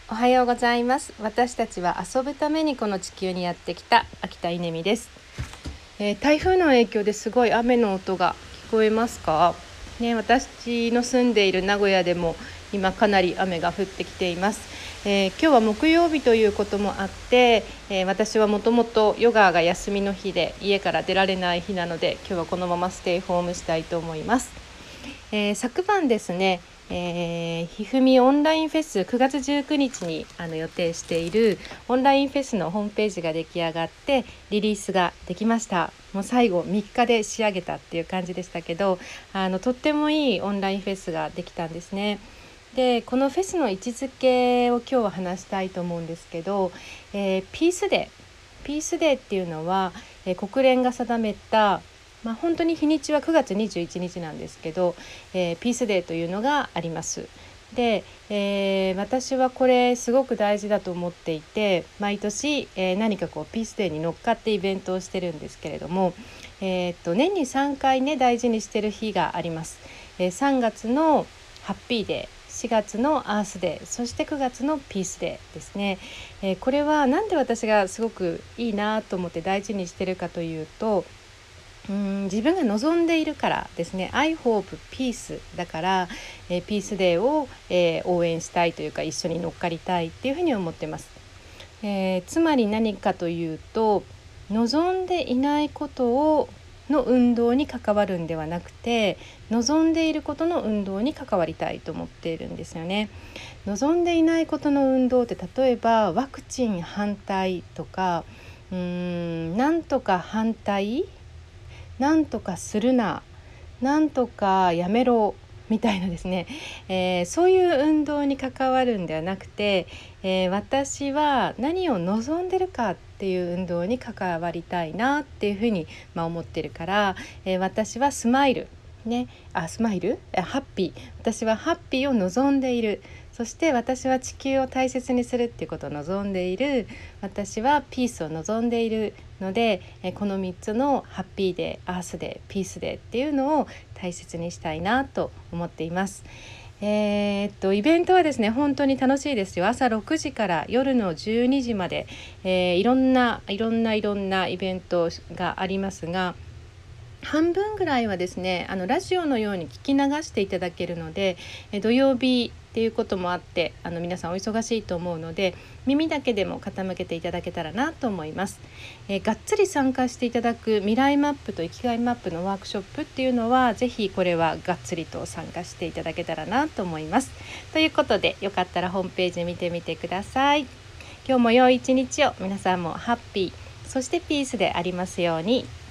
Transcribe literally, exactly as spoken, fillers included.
おはようございます。私たちは遊ぶためにこの地球にやってきた秋田稲美です、えー、台風の影響ですごい雨の音が聞こえますか、ね、私の住んでいる名古屋でも今かなり雨が降ってきています。えー、今日は木曜日ということもあって、えー、私はもともとヨガが休みの日で家から出られない日なので、今日はこのままステイホームしたいと思います。えー、昨晩ですね、えー、ひふみオンラインフェスくがつじゅうくにちにあの予定しているオンラインフェスのホームページが出来上がってリリースができました。もう最後みっかで仕上げたっていう感じでしたけど、あのとってもいいオンラインフェスができたんですね。でこのフェスの位置づけを今日は話したいと思うんですけど、えー、ピースデーピースデーっていうのは、えー、国連が定めたまあ、本当に日にちはくがつにじゅういちにちなんですけど、えー、ピースデーというのがあります。で、えー、私はこれすごく大事だと思っていて、毎年、えー、何かこうピースデーに乗っかってイベントをしてるんですけれども、えー、っと年にさんかいね大事にしてる日があります。えー、さんがつのハッピーデー、しがつのアースデー、そしてくがつのピースデーですね。えー、これはなんで私がすごくいいなと思って大事にしてるかというと、うん自分が望んでいるからですね。 I hope peace だから、えー、ピースデーを、えー、応援したいというか一緒に乗っかりたいっていうふうに思ってます。えー、つまり何かというと、望んでいないことをの運動に関わるんではなくて、望んでいることの運動に関わりたいと思っているんですよね。望んでいないことの運動って、例えばワクチン反対とか、うーんなんとか反対、なんとかするな、なんとかやめろみたいなですね、えー、そういう運動に関わるんではなくて、えー、私は何を望んでるかっていう運動に関わりたいなっていうふうに、まあ、思ってるから、えー、私はスマイルね、あスマイルハッピー、私はハッピーを望んでいる。そして私は地球を大切にするっていうことを望んでいる。私はピースを望んでいるので、このみっつのハッピーデー、アースデー、ピースデーっていうのを大切にしたいなと思っています。えー、っとイベントはですね、本当に楽しいですよ。朝ろくじから夜のじゅうにじまで、えー、いろんないろんないろんなイベントがありますが、半分ぐらいはですね、あのラジオのように聞き流していただけるので、え土曜日っていうこともあって、あの皆さんお忙しいと思うので、耳だけでも傾けていただけたらなと思います。えー、がっつり参加していただく未来マップと生きがいマップのワークショップっていうのは、ぜひこれはがっつりと参加していただけたらなと思います。ということで、よかったらホームページ見てみてください。今日も良い一日を。皆さんもハッピー、そしてピースでありますように。